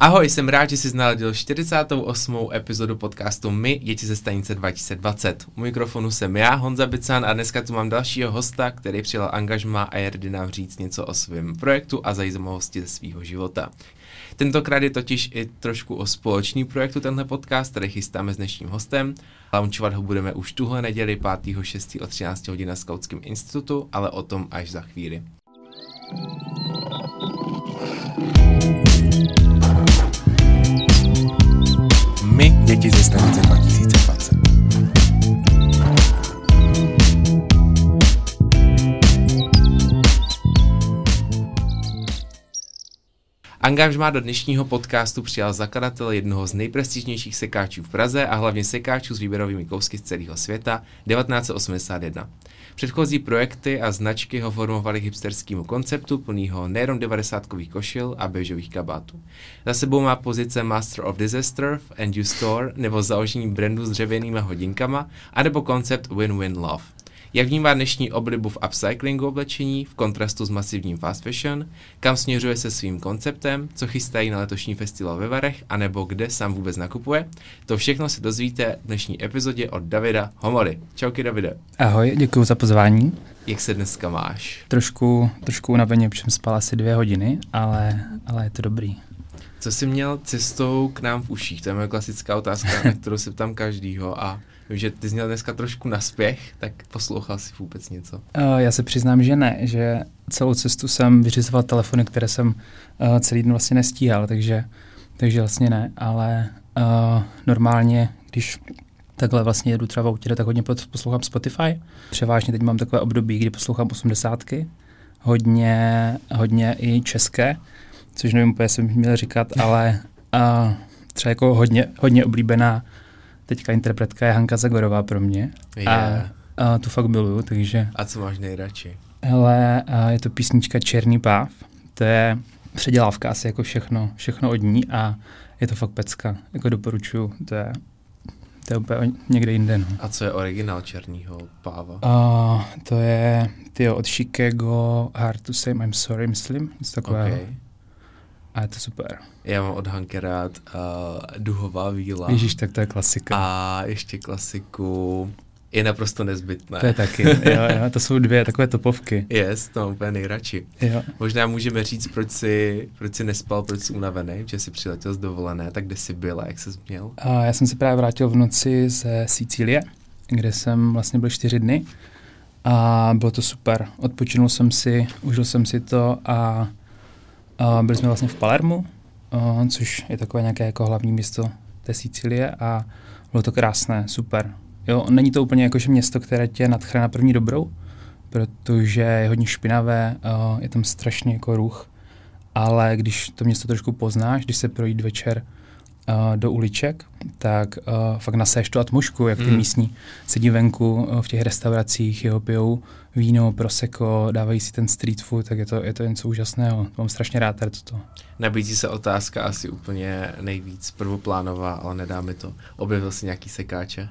Ahoj, jsem rád, že jsi naladil 48. epizodu podcastu My, děti ze stanice 2020. U mikrofonu jsem já, Honza Bican, a dneska tu mám dalšího hosta, který přijal angažmá a je rady nám říct něco o svém projektu a zajímavosti ze svého života. Tentokrát je totiž i trošku o společný projektu tenhle podcast, který chystáme s dnešním hostem. Launchovat ho budeme už tuhle neděli 5.6. o 13 hodin na Skautském institutu, ale o tom až za chvíli. My, děti ze stanice 2020. Angažmá do dnešního podcastu přijal zakladatel jednoho z nejprestižnějších sekáčů v Praze a hlavně sekáčů s výběrovými kousky z celého světa 1981. Předchozí projekty a značky ho formovaly k hipsterskému konceptu plnýho nejenom 90kových košil a béžových kabátů. Za sebou má pozice Master of Disaster v End Store nebo založení brandu s dřevěnýma hodinkama, anebo koncept Win-Win Love. Jak vnímá dnešní oblibu v upcyclingu oblečení v kontrastu s masivním fast fashion, kam směřuje se svým konceptem, co chystají na letošní festival ve Varech, anebo kde sám vůbec nakupuje, to všechno se dozvíte v dnešní epizodě od Davida Homory. Čauky, Davide. Ahoj, děkuji za pozvání. Jak se dneska máš? Trošku unaveně, protože jsem spal asi 2 hodiny, ale je to dobrý. Co jsi měl cestou k nám v uších? To je moje klasická otázka, na kterou se ptám každýho, a vím, že ty jsi měl dneska trošku naspěch, tak poslouchal jsi vůbec něco? Já se přiznám, že ne, že celou cestu jsem vyřizoval telefony, které jsem celý den vlastně nestíhal, takže vlastně ne, ale normálně, když takhle vlastně jedu třeba v autě, tak hodně poslouchám Spotify. Převážně teď mám takové období, kdy poslouchám 80ky, hodně i české, což nevím úplně, jsem měl říkat, ale třeba jako hodně oblíbená teďka interpretka je Hanka Zagorová pro mě. Yeah. A tu fakt miluju, takže... A co máš nejradši? Hele, je to písnička Černý páv, to je předělávka asi jako všechno od ní a je to fakt pecka, jako doporučuju, to je úplně někde jinde. No. A co je originál Černýho páva? To je od Chicago Hard to Say I'm Sorry, myslím, něco takového. Okay. A je to super. Já mám od Hanky rád Duhová víla. Ježíš, tak to je klasika. A ještě klasiku Je naprosto nezbytné. To je taky, jo, to jsou 2 takové topovky. Yes, to mám úplně nejradši. Jo. Možná můžeme říct, proč jsi nespal, proč jsi unavený, že jsi přiletěl z dovolené, tak kde jsi byl a jak jsi měl? Já jsem se právě vrátil v noci ze Sicílie, kde jsem vlastně byl 4 dny a bylo to super. Odpočinul jsem si, užil jsem si to a byli jsme vlastně v Palermu, což je takové nějaké jako hlavní město té Sicílie a bylo to krásné, super. Jo, není to úplně jakože město, které tě nadchne na první dobrou, protože je hodně špinavé, je tam strašně jako ruch, ale když to město trošku poznáš, když se projít večer do uliček, tak fakt nasaješ tu atmosféru, jak ty místní sedí venku v těch restauracích, jo, pijou víno, prosecco, dávají si ten street food, tak je to něco úžasného. Mám strašně rád tady toto. Nabízí se otázka asi úplně nejvíc prvoplánová, ale nedá mi to. Objevil jsi nějaký sekáče?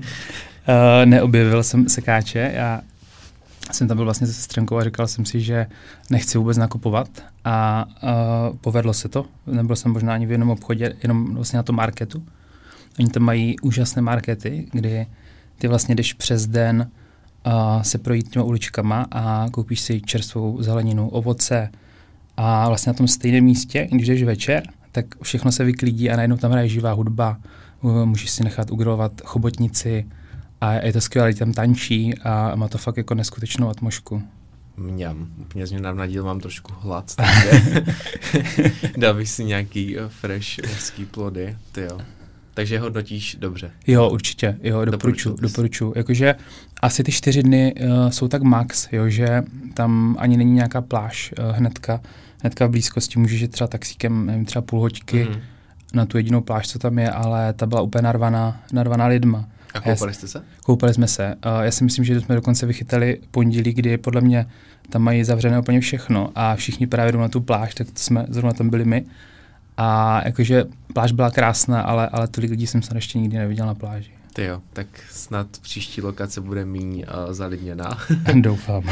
Neobjevil jsem sekáče, já jsem tam byl vlastně se sestřenkou a říkal jsem si, že nechci vůbec nakupovat a povedlo se to. Nebyl jsem možná ani v jednom obchodě, jenom vlastně na tom marketu. Oni tam mají úžasné markety, kdy ty vlastně jdeš přes den se projít těma uličkama a koupíš si čerstvou zeleninu, ovoce a vlastně na tom stejném místě, když jdeš večer, tak všechno se vyklidí a najednou tam hraje živá hudba, můžeš si nechat ugrilovat chobotnici a je to skvělé, tam tančí a má to fakt jako neskutečnou atmosféru. Mňam, úplně z mě navnadil, mám trošku hlad, takže dal bych si nějaký fresh mořský plody, tyjo. Takže hodnotíš dobře. Jo, určitě, jo, doporučuji. Jakože asi ty 4 dny jsou tak max, jo, že tam ani není nějaká pláž hnedka v blízkosti, můžeš jít třeba taxíkem, nevím, třeba půl hoďky na tu jedinou pláž, co tam je, ale ta byla úplně narvaná lidma. A koupali jste se? Koupali jsme se. Já si myslím, že jsme dokonce vychytali pondělí, kdy podle mě tam mají zavřené úplně všechno a všichni právě jdou na tu pláž, tak jsme zrovna tam byli my. A jakože pláž byla krásná, ale tolik lidí jsem se ještě nikdy neviděl na pláži. Ty jo, tak snad příští lokace bude míň zalidněná. Doufám.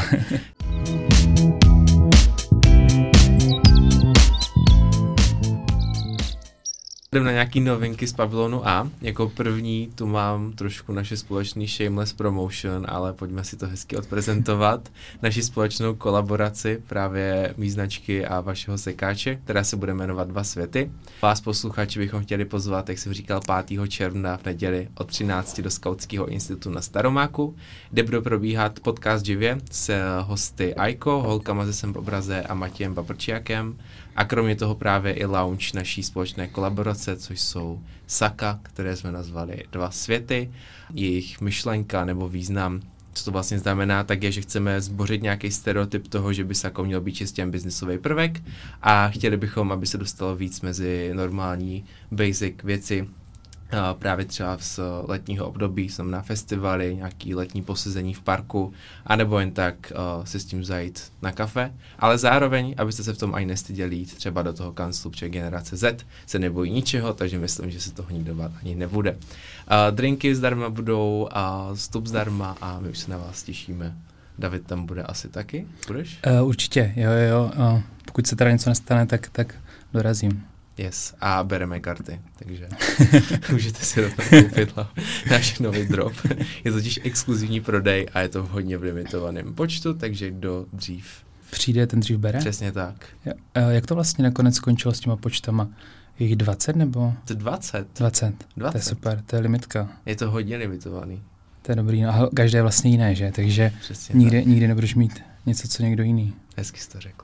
Jdem na nějaký novinky z pavilonu A. Jako první tu mám trošku naše společný shameless promotion, ale pojďme si to hezky odprezentovat. Naši společnou kolaboraci právě mý značky a vašeho sekáče, která se bude jmenovat Dva světy. Vás posluchači bychom chtěli pozvat, jak jsem říkal, 5. června v neděli od 13 do Skautského institutu na Staromáku, kde bude probíhat podcast živě s hosty Aiko, holkama ze Sem v obraze a Matějem Paprčiakem. A kromě toho právě i launch naší společné kolaborace, což jsou Saka, které jsme nazvali Dva světy. Jejich myšlenka nebo význam, co to vlastně znamená, tak je, že chceme zbořit nějaký stereotyp toho, že by Sako měl být čistě biznisový prvek a chtěli bychom, aby se dostalo víc mezi normální basic věci, právě třeba z letního období, jsem na festivaly, nějaký letní posezení v parku, anebo jen tak se s tím zajít na kafe, ale zároveň, abyste se v tom ani nestyděli jít třeba do toho kanclu, protože generace Z se nebojí ničeho, takže myslím, že se toho nikdo bát ani nebude. Drinky zdarma budou, vstup zdarma a my už se na vás těšíme. David tam bude asi taky? Budeš? Určitě, jo. Pokud se teda něco nestane, tak dorazím. Yes, a bereme karty, takže můžete si do toho koupit náš nový drop. Je totiž exkluzivní prodej a je to hodně v limitovaném počtu, takže kdo dřív přijde, ten dřív bere? Přesně tak. Jak to vlastně nakonec skončilo s těma počtama? Je jich 20 nebo? To 20. 20. To je super, to je limitka. Je to hodně limitovaný. To je dobrý, no a každé je vlastně jiné, že? Takže nikdy nebudeš mít něco, co někdo jiný. Hezky jsi to řekl.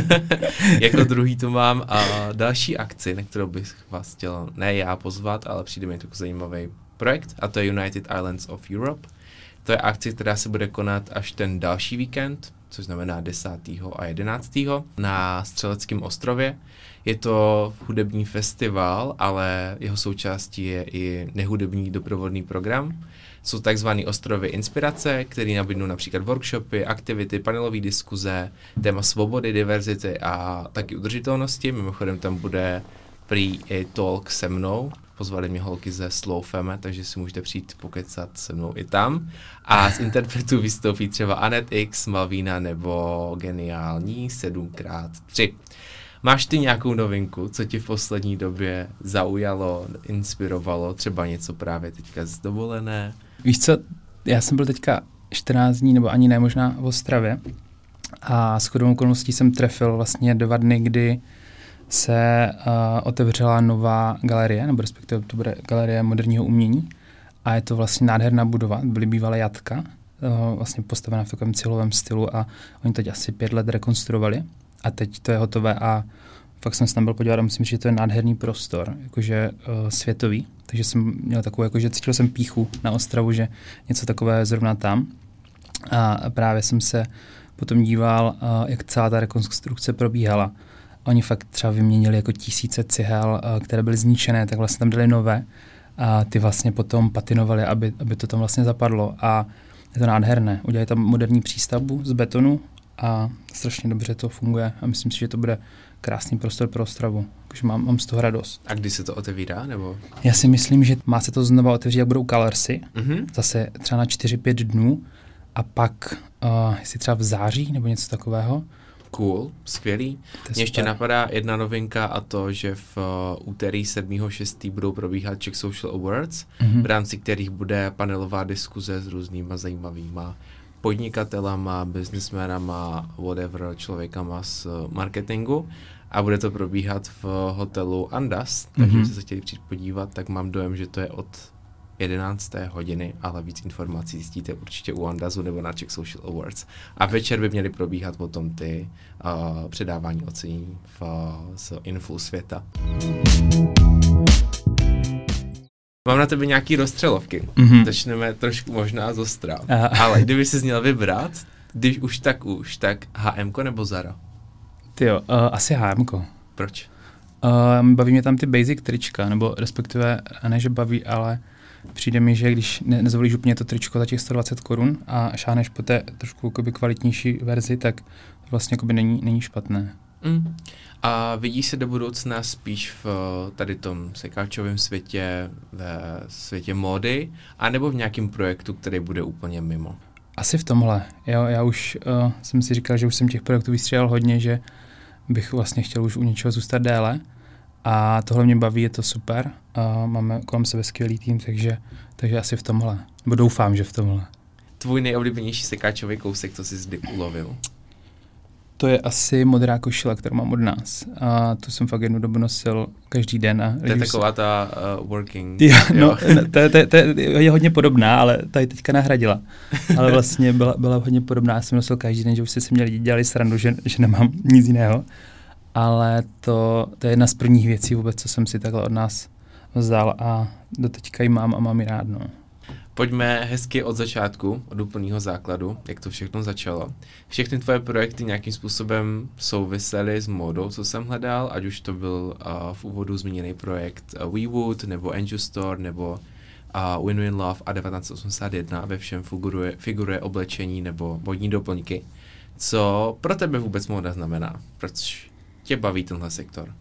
Jako druhý tu mám další akci, na kterou bych vás chtěl ne já pozvat, ale přijde mi takový zajímavý projekt a to je United Islands of Europe. To je akce, která se bude konat až ten další víkend, což znamená 10. a 11. na Střeleckém ostrově. Je to hudební festival, ale jeho součástí je i nehudební doprovodný program. Jsou takzvané ostrovy inspirace, které nabídnou například workshopy, aktivity, panelové diskuze, téma svobody, diverzity a taky udržitelnosti. Mimochodem tam bude prý i talk se mnou. Pozvali mě holky ze Slow Femme, takže si můžete přijít pokecat se mnou i tam. A z interpretů vystoupí třeba Anet X, Malvína nebo geniální 7x3. Máš ty nějakou novinku, co ti v poslední době zaujalo, inspirovalo, třeba něco právě teďka z dovolené? Víš co, já jsem byl teďka 14 dní, nebo ani ne, možná v Ostravě a shodou okolností jsem trefil vlastně 2 dny, kdy se otevřela nová galerie, nebo respektive to bude galerie moderního umění a je to vlastně nádherná budova, byly bývalé jatka, vlastně postavená v takovém cihlovém stylu a oni teď asi 5 let rekonstruovali a teď to je hotové a fakt jsem se tam byl podívat a myslím, že to je nádherný prostor, jakože světový, takže jsem měl takovou, jakože cítil jsem pýchu na Ostravu, že něco takové je zrovna tam a právě jsem se potom díval, jak celá ta rekonstrukce probíhala. Oni fakt třeba vyměnili jako 1000 cihel, které byly zničené, tak vlastně tam dali nové a ty vlastně potom patinovali, aby to tam vlastně zapadlo a je to nádherné. Udělali tam moderní přístavbu z betonu a strašně dobře to funguje a myslím si, že to bude krásný prostor pro Ostravu. Takže mám z toho radost. A kdy se to otevírá, nebo? Já si myslím, že má se to znova otevřít, jak budou Colorsy, zase třeba na 4-5 dnů a pak, jestli třeba v září nebo něco takového. Cool, skvělý. Mně ještě napadá jedna novinka a to, že v úterý 7.6. budou probíhat Czech Social Awards, v rámci kterých bude panelová diskuze s různýma zajímavýma podnikatelama, businessmanama, whatever, člověkama z marketingu a bude to probíhat v hotelu Andas, takže když se chtěli přijít podívat, tak mám dojem, že to je od 11. hodiny, ale víc informací zjistíte určitě u Andazu nebo na Czech Social Awards. A večer by měly probíhat potom ty předávání ocenění z influ světa. Mám na tebe nějaký rozstřelovky. Začneme trošku možná z ostra. Ale kdyby jsi měl vybrat, když už, tak H&M nebo Zara? Tyjo, asi H&M. Proč? Baví mě tam ty basic trička, nebo respektive, ne že baví, ale přijde mi, že když nezvolíš úplně to tričko za těch 120 korun a šáhneš po té trošku kvalitnější verzi, tak vlastně není špatné. A vidíš se do budoucna spíš v tady tom sekáčovém světě, ve světě módy, anebo v nějakém projektu, který bude úplně mimo? Asi v tomhle. Jo, já už jsem si říkal, že už jsem těch projektů vystřídal hodně, že bych vlastně chtěl už u něčeho zůstat déle A tohle mě baví, je to super. A máme kolem sebe skvělý tým, takže asi v tomhle. Nebo doufám, že v tomhle. Tvůj nejoblíbenější sekáčový kousek, co jsi zde ulovil? To je asi modrá košile, kterou mám od nás. A tu jsem fakt jednu dobu nosil každý den. A to je taková ta working. No, to je hodně podobná, ale ta ji teďka nahradila. Ale vlastně byla hodně podobná. Já jsem nosil každý den, že už si měli lidi dělali srandu, že nemám nic jiného. Ale to je jedna z prvních věcí vůbec, co jsem si takhle od nás vzal a doteďka ji mám a mám ji rád. No. Pojďme hezky od začátku, od úplného základu, jak to všechno začalo. Všechny tvoje projekty nějakým způsobem souvisely s módou, co jsem hledal, ať už to byl v úvodu zmíněný projekt WeWood, nebo Angel Store, nebo Win-Win Love a 1981, ve všem figuruje oblečení nebo vodní doplňky. Co pro tebe vůbec móda znamená? Proč tě baví tenhle sektor?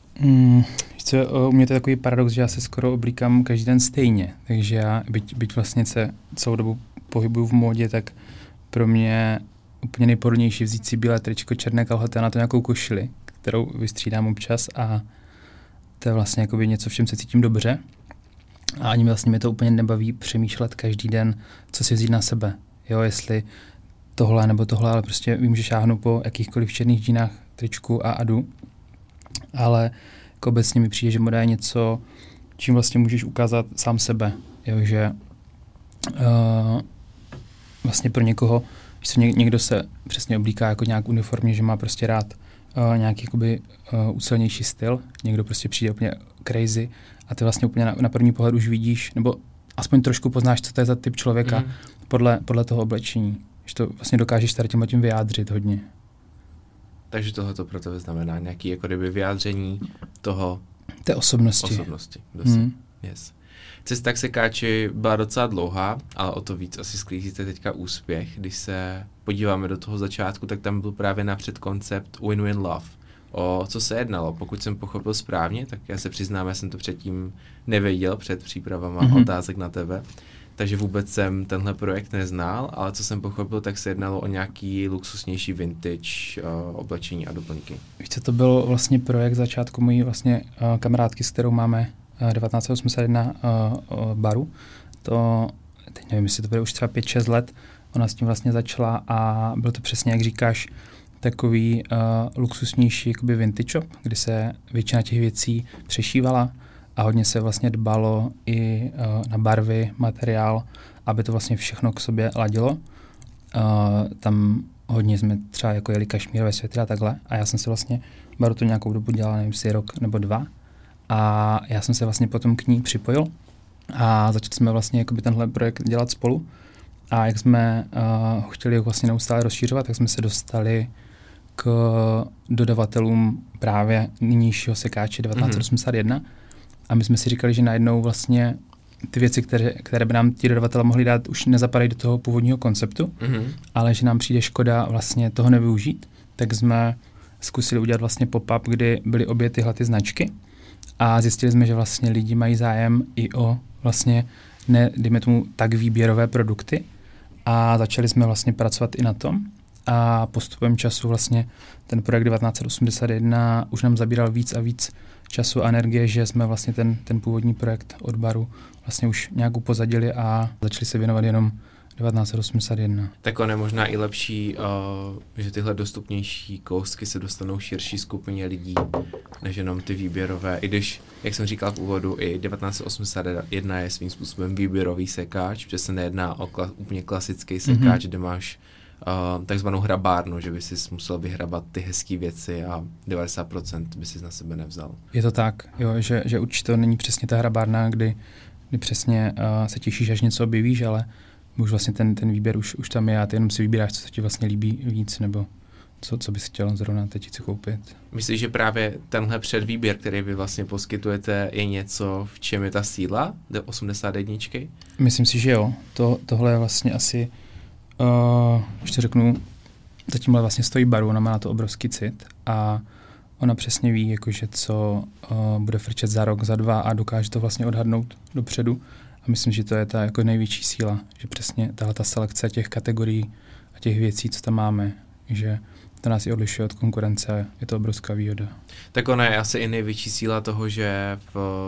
U mě to je takový paradox, že já se skoro oblíkám každý den stejně, takže já, byť vlastně se celou dobu pohybuju v módě, tak pro mě úplně nejpohodlnější vzít si bílé tričko, černé kalhoty a na to nějakou košili, kterou vystřídám občas a to je vlastně jakoby něco, v čem se cítím dobře a ani vlastně mě to úplně nebaví přemýšlet každý den, co si vzít na sebe, jo, jestli tohle nebo tohle, ale prostě vím, že šáhnu po jakýchkoliv černých džínách, tričku a jdu. Ale jako obecně mi přijde, že moda je něco, čím vlastně můžeš ukázat sám sebe. Jo, že vlastně pro někoho, když se někdo se přesně oblíká jako nějak uniformně, že má prostě rád nějaký jakoby ucelnější styl, někdo prostě přijde úplně crazy a ty vlastně úplně na první pohled už vidíš, nebo aspoň trošku poznáš, co to je za typ člověka podle toho oblečení. Že to vlastně dokážeš tady tím vyjádřit hodně. Takže tohle to pro tebe znamená nějaké jako kdyby vyjádření toho... Té osobnosti. Yes. Cesta k sekáči byla docela dlouhá, ale o to víc asi sklízíte teďka úspěch. Když se podíváme do toho začátku, tak tam byl právě napřed koncept Win-Win Love. O co se jednalo? Pokud jsem pochopil správně, tak já se přiznám, já jsem to předtím nevěděl před přípravama otázek na tebe. Takže vůbec jsem tenhle projekt neznal, ale co jsem pochopil, tak se jednalo o nějaký luxusnější vintage oblečení a doplňky. Víš co, to byl vlastně projekt začátku mojí vlastně kamarádky, s kterou máme 1981 baru. To, teď nevím, jestli to bude už třeba 5-6 let, ona s tím vlastně začala a byl to přesně, jak říkáš, takový luxusnější jakoby vintage shop, kdy se většina těch věcí přešívala a hodně se vlastně dbalo i na barvy, materiál, aby to vlastně všechno k sobě ladilo. Tam hodně jsme třeba jako jeli kašmírové světy a takhle a já jsem se vlastně baru to nějakou dobu dělal, nevím, si rok nebo 2 a já jsem se vlastně potom k ní připojil a začali jsme vlastně jakoby tenhle projekt dělat spolu a jak jsme ho chtěli vlastně neustále rozšířovat, tak jsme se dostali k dodavatelům právě nynějšího sekáče 1981 a my jsme si říkali, že najednou vlastně ty věci, které by nám ti dodavatelé mohli dát, už nezapadají do toho původního konceptu, ale že nám přijde škoda vlastně toho nevyužít, tak jsme zkusili udělat vlastně pop-up, kdy byly obě tyhle ty značky a zjistili jsme, že vlastně lidi mají zájem i o vlastně ne, dejme tomu, tak výběrové produkty a začali jsme vlastně pracovat i na tom a postupem času vlastně ten projekt 1981 už nám zabíral víc a víc času a energie, že jsme vlastně ten původní projekt od baru vlastně už nějak upozadili a začali se věnovat jenom 1981. Tak ono je možná i lepší, že tyhle dostupnější kousky se dostanou širší skupině lidí, než jenom ty výběrové. I když, jak jsem říkal v úvodu, i 1981 je svým způsobem výběrový sekáč, protože se nejedná o úplně klasický sekáč, kde máš takzvanou hrabárnu, že by si musel vyhrabat ty hezké věci a 90% by si na sebe nevzal. Je to tak, jo, že určitě to není přesně ta hrabárna, kdy přesně se těšíš, až něco objevíš, ale už vlastně ten výběr už tam je a ty jenom si vybíráš, co se ti vlastně líbí víc, nebo co bys chtěl zrovna teď si koupit. Myslíš, že právě tenhle předvýběr, který vy vlastně poskytujete, je něco, v čem je ta síla 81? Myslím si, že jo. Tohle je vlastně asi, když to řeknu, za tímhle vlastně stojí baru, ona má na to obrovský cit a ona přesně ví, jakože co bude frčet za rok, za 2 a dokáže to vlastně odhadnout dopředu. A myslím, že to je ta jako největší síla, že přesně tahle ta selekce těch kategorií a těch věcí, co tam máme, že To nás i odlišuje od konkurence, je to obrovská výhoda. Tak ona je asi i největší síla toho, že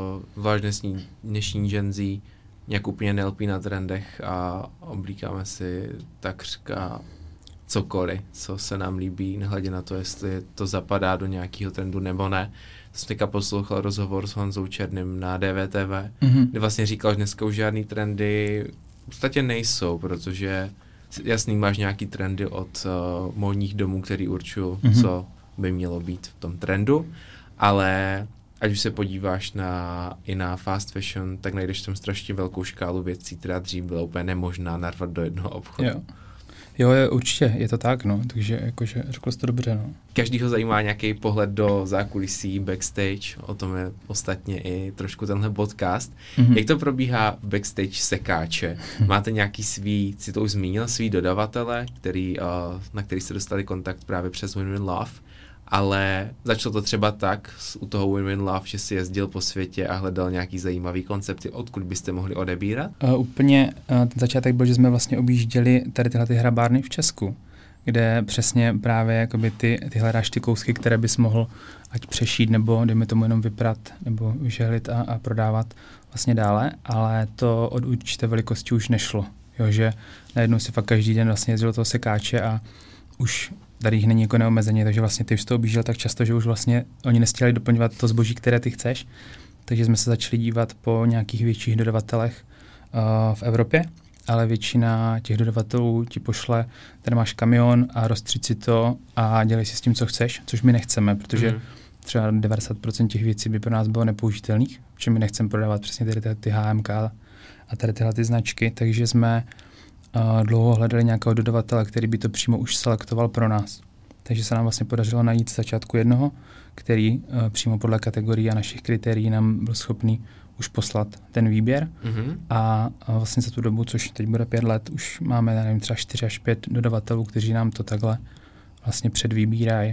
v dnešní Gen Z nějak úplně nelpí na trendech a oblíkáme si takřka cokoliv, co se nám líbí, nehledě na to, jestli to zapadá do nějakého trendu nebo ne. Jsem teďka poslouchal rozhovor s Honzou Černým na DVTV, kde vlastně říkal, že dneska už žádný trendy v podstatě nejsou, protože jasný, máš nějaký trendy od módních domů, který určují, co by mělo být v tom trendu, ale ať už se podíváš i na fast fashion, tak najdeš tam strašně velkou škálu věcí, která dřív byla úplně nemožná narvat do jednoho obchodu. Jo, určitě, je to tak, no, takže jakože řekl jsi to dobře, no. Každýho zajímá nějaký pohled do zákulisí, backstage, o tom je ostatně i trošku tenhle podcast. Jak to probíhá v backstage sekáče? Máte nějaký si to už zmínil, svý dodavatele, na který se dostali kontakt právě přes Win-Win Love, ale začalo to třeba tak u toho Win-Win Love, že si jezdil po světě a hledal nějaký zajímavý koncepty, odkud byste mohli odebírat? Úplně ten začátek byl, že jsme vlastně objížděli tady tyhle hrabárny v Česku, kde přesně právě jakoby ty hledáš ty kousky, které bys mohl ať přešít, nebo dejme tomu jenom vyprat, nebo vyžehlit a prodávat vlastně dále, ale to od určité velikosti už nešlo, jo, že najednou si fakt každý den vlastně jezdil do toho sekáče a už tady jich není jako neomezeně, takže vlastně ty už to objížděl tak často, že už vlastně oni nestíhali doplňovat to zboží, které ty chceš, takže jsme se začali dívat po nějakých větších dodavatelech v Evropě, ale většina těch dodavatelů ti pošle, tady máš kamion a roztřiď si to a dělej si s tím, co chceš, což my nechceme, protože třeba 90% těch věcí by pro nás bylo nepoužitelných, protože my nechceme prodávat přesně tady ty HMK a tady tyhle ty značky, takže jsme dlouho hledali nějakého dodavatele, který by to přímo už selektoval pro nás. Takže se nám vlastně podařilo najít z začátku jednoho, který přímo podle kategorií a našich kritérií nám byl schopný už poslat ten výběr. A vlastně za tu dobu, což teď bude 5 let, už máme, nevím, třeba 4 až 5 dodavatelů, kteří nám to takhle vlastně předvýbírají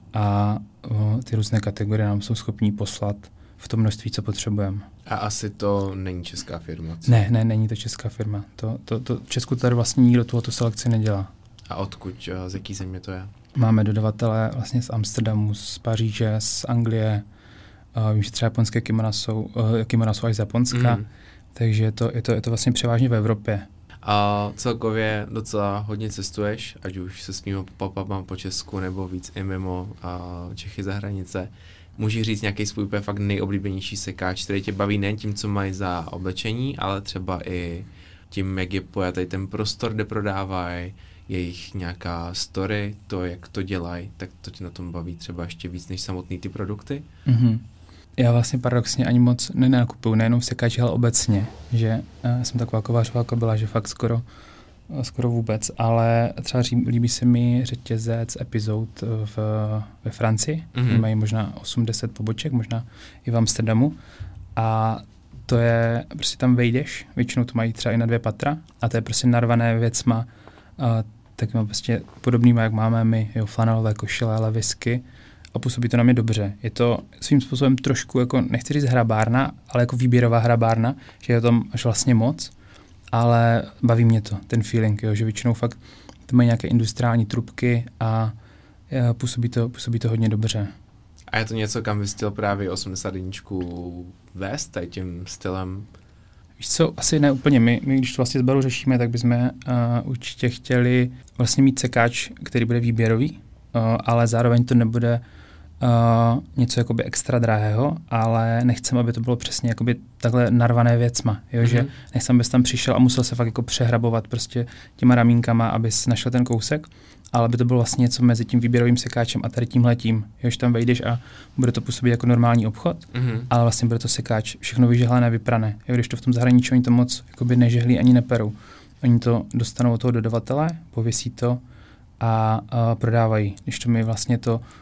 a ty různé kategorie nám jsou schopní poslat v tom množství, co potřebujeme. A asi to není česká firma? Co? Ne, není to česká firma. V Česku tady vlastně nikdo tuhletu selekci nedělá. A odkud, z jaký země to je? Máme dodavatele vlastně z Amsterdamu, z Paříže, z Anglie. Vím, že třeba japonské kimona jsou až z Japonska, takže je to vlastně převážně v Evropě. A celkově docela hodně cestuješ, ať už se svými pop-upama po Česku, nebo víc i mimo Čechy za hranice. Můžeš říct nějaký svůj úplně fakt nejoblíbenější sekáč, který tě baví nejen tím, co mají za oblečení, ale třeba i tím, jak je pojatý ten prostor, kde prodávají, jejich nějaká story, to, jak to dělají, tak to tě na tom baví třeba ještě víc než samotný ty produkty? Já vlastně paradoxně ani moc nenakupuju, nejenom v sekáči, ale obecně, že jsem taková kovářová byla, že fakt skoro vůbec, ale třeba líbí se mi řetězec epizod ve Francii, mají možná 8-10 poboček, možná i v Amsterdamu a to je, prostě tam vejdeš, většinou to mají třeba i na 2 patra a to je prostě narvané věcma, tak má prostě podobnýma, jak máme my, flanelové košile, levisky a působí to na mě dobře. Je to svým způsobem trošku, jako nechci říct hrabárna, ale jako výběrová hrabárna, že je tam až vlastně moc, ale baví mě to, ten feeling, jo, že většinou fakt to mají nějaké industriální trubky a působí to hodně dobře. A je to něco, kam bys chtěl právě 81 vést tady tím stylem? Víš co, asi ne úplně. My když to vlastně s Barou řešíme, tak bychom určitě chtěli vlastně mít sekáč, který bude výběrový, ale zároveň to nebude něco jakoby extra drahého, ale nechceme, aby to bylo přesně jakoby takhle narvané věcma, jo, že nechcem, abys tam přišel a musel se fakt jako přehrabovat prostě těma ramínkama, abys našel ten kousek, ale aby to bylo vlastně něco mezi tím výběrovým sekáčem a tady tímhletím, jo, že tam vejdeš a bude to působit jako normální obchod, ale vlastně bude to sekáč, všechno vyžehlené, vyprané, jo, když to v tom zahraničí oni to moc jakoby nežehlí ani neperou. Oni to dostanou od toho dodavatele, pověsí to a prodávají, když to my vlastně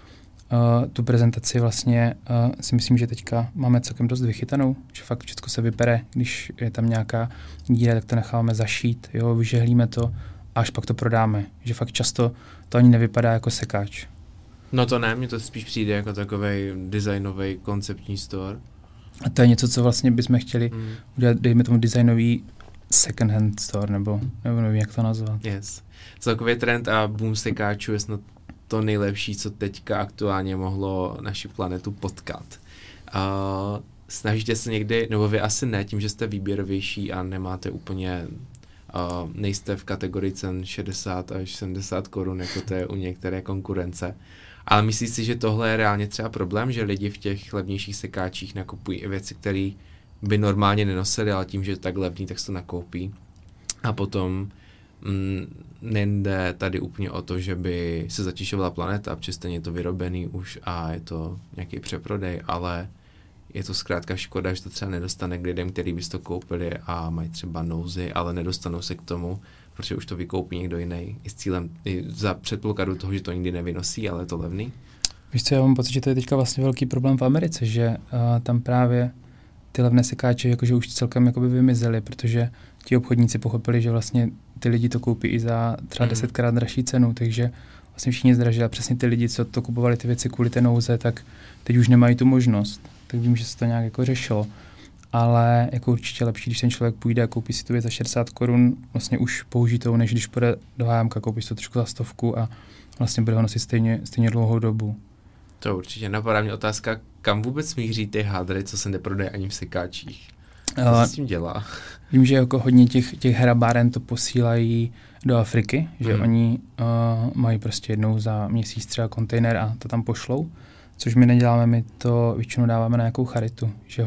tu prezentaci vlastně si myslím, že teďka máme celkem dost vychytanou, že fakt všechno se vypere, když je tam nějaká díra, tak to necháváme zašít, jo, vyžehlíme to a až pak to prodáme, že fakt často to ani nevypadá jako sekáč. No to ne, mně to spíš přijde jako takovej designový konceptní store. A to je něco, co vlastně bychom chtěli udělat, dejme tomu designový second hand store, nebo nevím, jak to nazvat. Yes. Celkově trend a boom sekáčů je snad to nejlepší, co teďka aktuálně mohlo naši planetu potkat. Snažíte se někdy, nebo vy asi ne, tím, že jste výběrovější a nemáte úplně, nejste v kategorii cen 60 až 70 korun, jako to je u některé konkurence. Ale myslíš si, že tohle je reálně třeba problém, že lidi v těch levnějších sekáčích nakupují i věci, které by normálně nenosili, ale tím, že je tak levný, tak se to nakoupí. A potom nejde tady úplně o to, že by se zatížovala planeta, protože stejně je to vyrobený už a je to nějaký přeprodej, ale je to zkrátka škoda, že to třeba nedostane k lidem, kteří by to koupili a mají třeba nouzi, ale nedostanou se k tomu, protože už to vykoupí někdo jiný i s cílem, i za předpokladu toho, že to nikdy nevynosí, ale je to levný. Víš co, já mám pocit, že to je teďka vlastně velký problém v Americe, že tam právě ty levné sekáče jakože už celkem jakoby vymizely, protože ti obchodníci pochopili, že vlastně ty lidi to koupí i za třeba 10krát dražší cenu, takže vlastně všichni zdražili a přesně ty lidi, co to kupovali ty věci kvůli té nouze, tak teď už nemají tu možnost. Tak vím, že se to nějak jako řešilo. Ale jako určitě lepší, když ten člověk půjde a koupí si tu věc za 60 korun, vlastně už použitou, než když půjde do hájemka, koupí si to trošku za 100 a vlastně bude ho nosit stejně dlouhou dobu. To určitě. Napadá mě otázka, kam vůbec míří ty hádry, co se neprodají ani v sekáčích? Co se s tím dělá? Vím, že jako hodně těch herabáren to posílají do Afriky, že oni mají prostě jednou za měsíc třeba kontejner a to tam pošlou, což my neděláme, my to většinou dáváme na nějakou charitu, že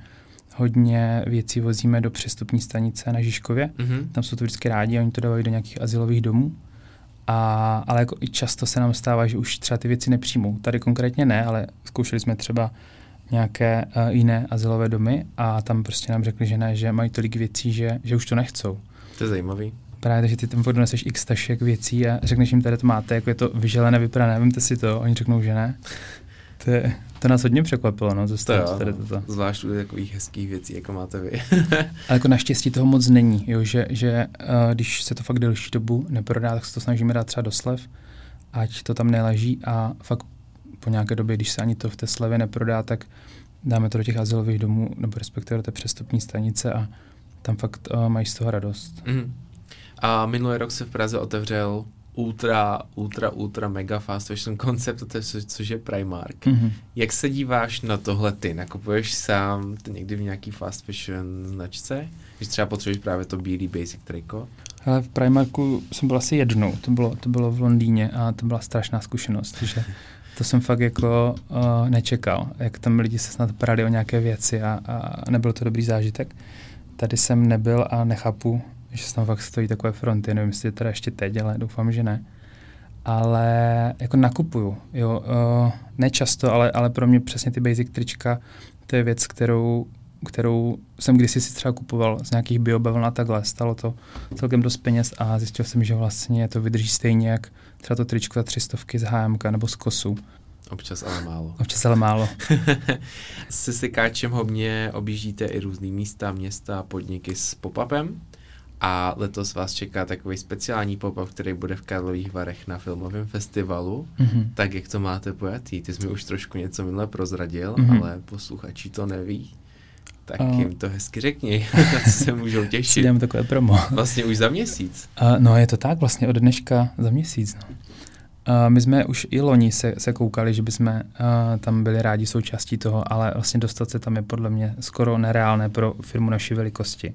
hodně věcí vozíme do přestupní stanice na Žižkově, tam jsou to vždycky rádi, oni to dávají do nějakých azylových domů, ale jako i často se nám stává, že už třeba ty věci nepřijmou. Tady konkrétně ne, ale zkoušeli jsme třeba nějaké jiné azylové domy a tam prostě nám řekli, že ne, že mají tolik věcí, že už to nechcou. To je zajímavý. Právě, takže ty tam doneseš x tašek věcí a řekneš jim, tady to máte, jako je to vyželené, vyprané, vemte si to, oni řeknou, že ne. To nás hodně překvapilo, no, zvlášť u takových hezkých věcí, jako máte vy. Ale jako naštěstí toho moc není, jo, že když se to fakt delší dobu neprodá, tak se to snažíme dát třeba do slev, ať to tam neleží a fakt po nějaké době, když se ani to v té slevě neprodá, tak dáme to do těch azylových domů, nebo respektive do té přestupní stanice a tam fakt mají z toho radost. A minulý rok se v Praze otevřel ultra mega fast fashion koncept, což je Primark. Jak se díváš na tohle ty? Nakupuješ sám někdy v nějaký fast fashion značce? Když třeba potřebuješ právě to bílý basic triko? Ale v Primarku jsem byl asi jednou, to bylo v Londýně a to byla strašná zkušenost, že to jsem fakt jako nečekal, jak tam lidi se snad prali o nějaké věci a nebyl to dobrý zážitek. Tady jsem nebyl a nechápu, že tam fakt stojí takové fronty, nevím, jestli je teda ještě teď, ale doufám, že ne. Ale jako nakupuju, jo, ne často, ale pro mě přesně ty basic trička, to je věc, kterou jsem kdysi si třeba kupoval z nějakých biobavln a takhle, stalo to celkem dost peněz a zjistil jsem, že vlastně to vydrží stejně, jak třeba to tričko za 300 z HMK nebo z Kosu. Občas ale málo. Občas ale málo. Se sekáčem hodně objíždíte i různý místa, města, podniky s pop-upem. A letos vás čeká takový speciální pop-up, který bude v Karlových Varech na filmovém festivalu. Tak jak to máte pojatý? Ty jsi mi už trošku něco minule prozradil, ale posluchači to neví. Tak jim to hezky řekni, na co se můžou těšit. Si dám takové promo. Vlastně už za měsíc. No je to tak, vlastně od dneška za měsíc. No. My jsme už i loni se koukali, že bychom tam byli rádi součástí toho, ale vlastně dostat se tam je podle mě skoro nereálné pro firmu naší velikosti.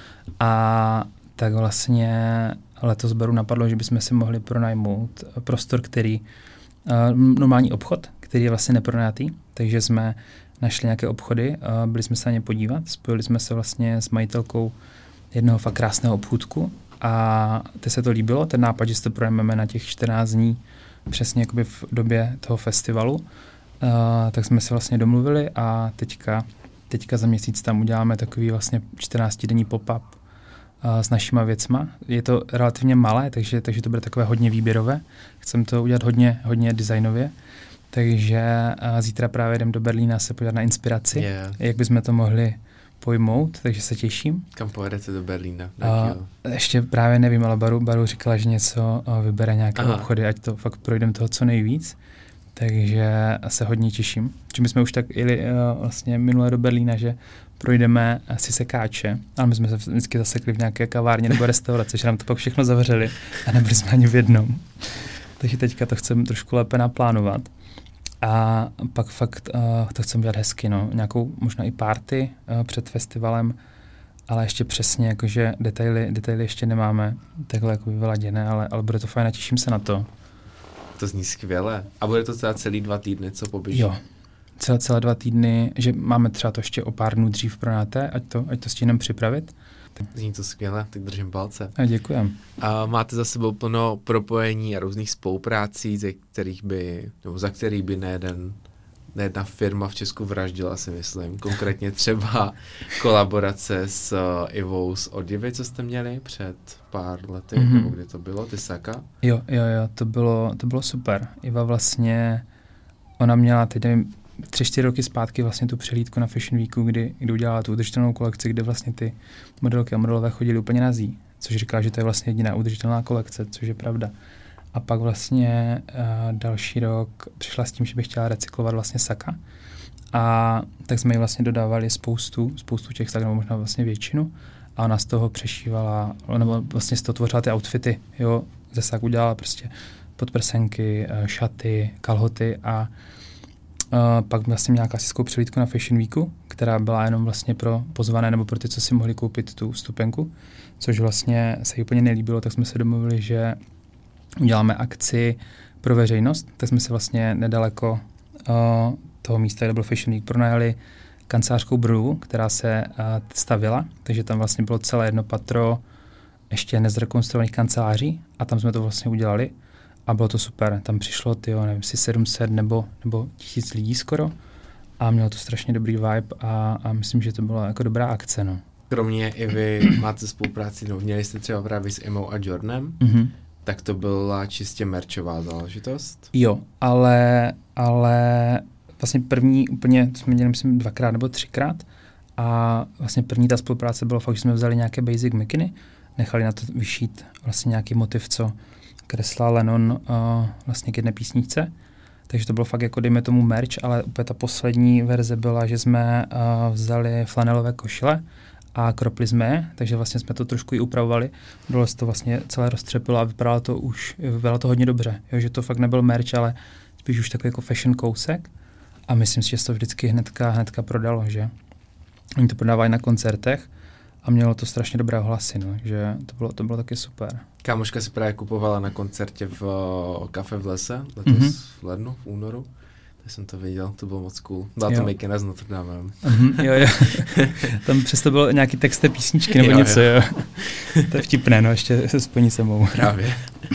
A tak vlastně letos Baru napadlo, že bychom si mohli pronajmout prostor, normální obchod, který je vlastně nepronajatý, takže jsme našli nějaké obchody, byli jsme se na ně podívat, spojili jsme se vlastně s majitelkou jednoho fakt krásného obchůdku a teď se to líbilo, ten nápad, že si to pronajmeme na těch 14 dní, přesně jakoby v době toho festivalu, tak jsme se vlastně domluvili a teďka za měsíc tam uděláme takový vlastně 14denní pop-up s našima věcma. Je to relativně malé, takže to bude takové hodně výběrové. Chceme to udělat hodně designově. Takže zítra právě jdem do Berlína se podívat na inspiraci, jak bychom to mohli pojmout, takže se těším. Kam pojedete do Berlína? Ještě právě nevím, ale Baru říkala, že něco vybere nějaké obchody, ať to fakt projdeme toho co nejvíc. Takže se hodně těším. Že my jsme už tak jeli vlastně minule do Berlína, že projdeme asi sekáče, ale my jsme se vždycky zasekli v nějaké kavárně nebo restauraci, že nám to pak všechno zavřeli a nebyli jsme ani v jednom. Takže teďka to chcem trošku lépe naplánovat. A pak fakt to chcem dělat hezky, no. Nějakou možná i party před festivalem, ale ještě přesně, jakože detaily ještě nemáme takhle jako vyladěné, ale bude to fajn a těším se na to. To zní skvěle. A bude to třeba celý 2 týdny, co poběží? Jo, celé 2 týdny, že máme třeba to ještě o pár dnů dřív pronaté, ať to stihneme připravit. Zní to skvěle, tak držím palce. A děkujem. A máte za sebou plno propojení a různých spoluprácí, za kterých by nejedna firma v Česku vraždila, si myslím. Konkrétně třeba kolaborace s Ivou z Odivy, co jste měli před pár lety, nebo kdy to bylo, ty Saka? Jo, to bylo super. Iva vlastně, ona měla teď 3-4 roky zpátky vlastně tu přehlídku na Fashion Weeku, kdy udělala tu udržitelnou kolekci, kde vlastně ty modelky a modelové chodili úplně nazí, což říká, že to je vlastně jediná udržitelná kolekce, což je pravda. A pak vlastně další rok přišla s tím, že bych chtěla recyklovat vlastně Saka. A tak jsme jí vlastně dodávali spoustu těch Sak, nebo možná vlastně většinu. A ona z toho přešívala, nebo vlastně z toho tvořila ty outfity. Jo, ze Sak udělala prostě podprsenky, šaty, kalhoty a pak vlastně měla klasickou přehlídku na Fashion Weeku, která byla jenom vlastně pro pozvané nebo pro ty, co si mohli koupit tu vstupenku, což vlastně se jí úplně nelíbilo, tak jsme se domluvili, že uděláme akci pro veřejnost, tak jsme se vlastně nedaleko toho místa, kde byl Fashion Week, pronajali kancelářskou budovu, která se stavila, takže tam vlastně bylo celé jedno patro ještě nezrekonstruovaných kanceláří a tam jsme to vlastně udělali a bylo to super. Tam přišlo, nevím, 700 nebo 1000 lidí skoro a mělo to strašně dobrý vibe a myslím, že to byla jako dobrá akce, no. Kromě Ivy máte spolupráci, no, měli jste třeba právě s Emou a Jordanem, tak to byla čistě merčová záležitost? Jo, ale vlastně první úplně, to jsme měli myslím 2x nebo 3x a vlastně první ta spolupráce byla fakt, že jsme vzali nějaké basic mikiny, nechali na to vyšít vlastně nějaký motiv, co kreslal Lennon vlastně k jedné písničce, takže to bylo fakt jako dejme tomu merch, ale úplně ta poslední verze byla, že jsme vzali flanelové košile a kropli jsme je, takže vlastně jsme to trošku i upravovali. Dole se to vlastně celé roztřepilo a vypadalo to hodně dobře. Jo, že to fakt nebyl merch, ale spíš už takový jako fashion kousek. A myslím si, že se to vždycky hnedka prodalo, že oni to prodávají na koncertech a mělo to strašně dobré ohlasy, no, že to bylo taky super. Kámoška si právě kupovala na koncertě v Kafe v lese, letos v lednu, v únoru. Tak jsem to viděl, to bylo moc cool. Byla to Makena s Notre Damem. Jo. Tam přesto byl nějaký text té písničky nebo něco, jo. To je vtipné, no, ještě se spojí se mou. Právě.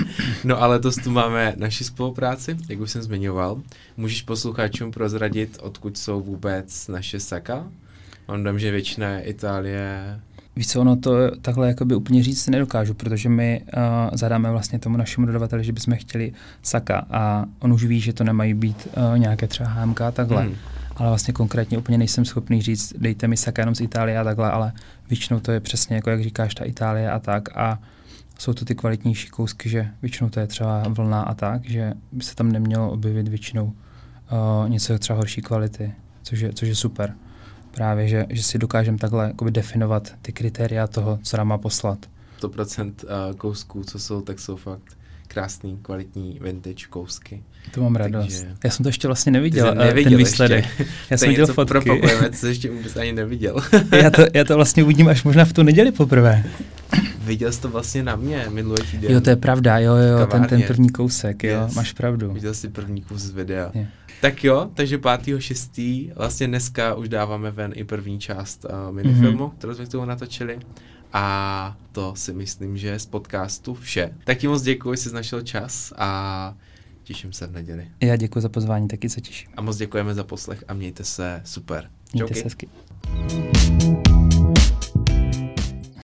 No ale letos tu máme naši spolupráci, jak už jsem zmiňoval. Můžeš posluchačům prozradit, odkud jsou vůbec naše Saka? Mám dojem, že většina je Itálie. Víš co, ono to takhle jakoby úplně říct nedokážu, protože my zadáme vlastně tomu našemu dodavateli, že bychom chtěli Saka a on už ví, že to nemají být nějaké třeba HMK a takhle. Ale vlastně konkrétně úplně nejsem schopný říct, dejte mi Saka jenom z Itálie a takhle, ale většinou to je přesně jako jak říkáš, ta Itálie a tak a jsou to ty kvalitnější kousky, že většinou to je třeba vlna a tak, že by se tam nemělo objevit většinou něco třeba horší kvality, což je super. Právě, že si dokážeme takhle definovat ty kritéria toho, co nám má poslat. 100% kousků, co jsou, tak jsou fakt krásný, kvalitní vintage kousky. To mám radost. Já jsem to ještě vlastně neviděl ten výsledek. Já jsem viděl fotky. Propagujeme, co ještě vůbec ani neviděl. já to vlastně uvidím až možná v tu neděli poprvé. Viděl jsi to vlastně na mě minulý týden. Jo, to je pravda, jo, ten první kousek, jo, máš pravdu. Viděl jsi první kus z videa. Yeah. Tak jo, takže 5.6. vlastně dneska už dáváme ven i první část minifilmu, kterou jsme k tomu natočili. A to si myslím, že je z podcastu vše. Tak ti moc děkuji, že jsi našel čas a těším se v neděli. Já děkuji za pozvání, taky se těším. A moc děkujeme za poslech a mějte se super. Mějte se hezky.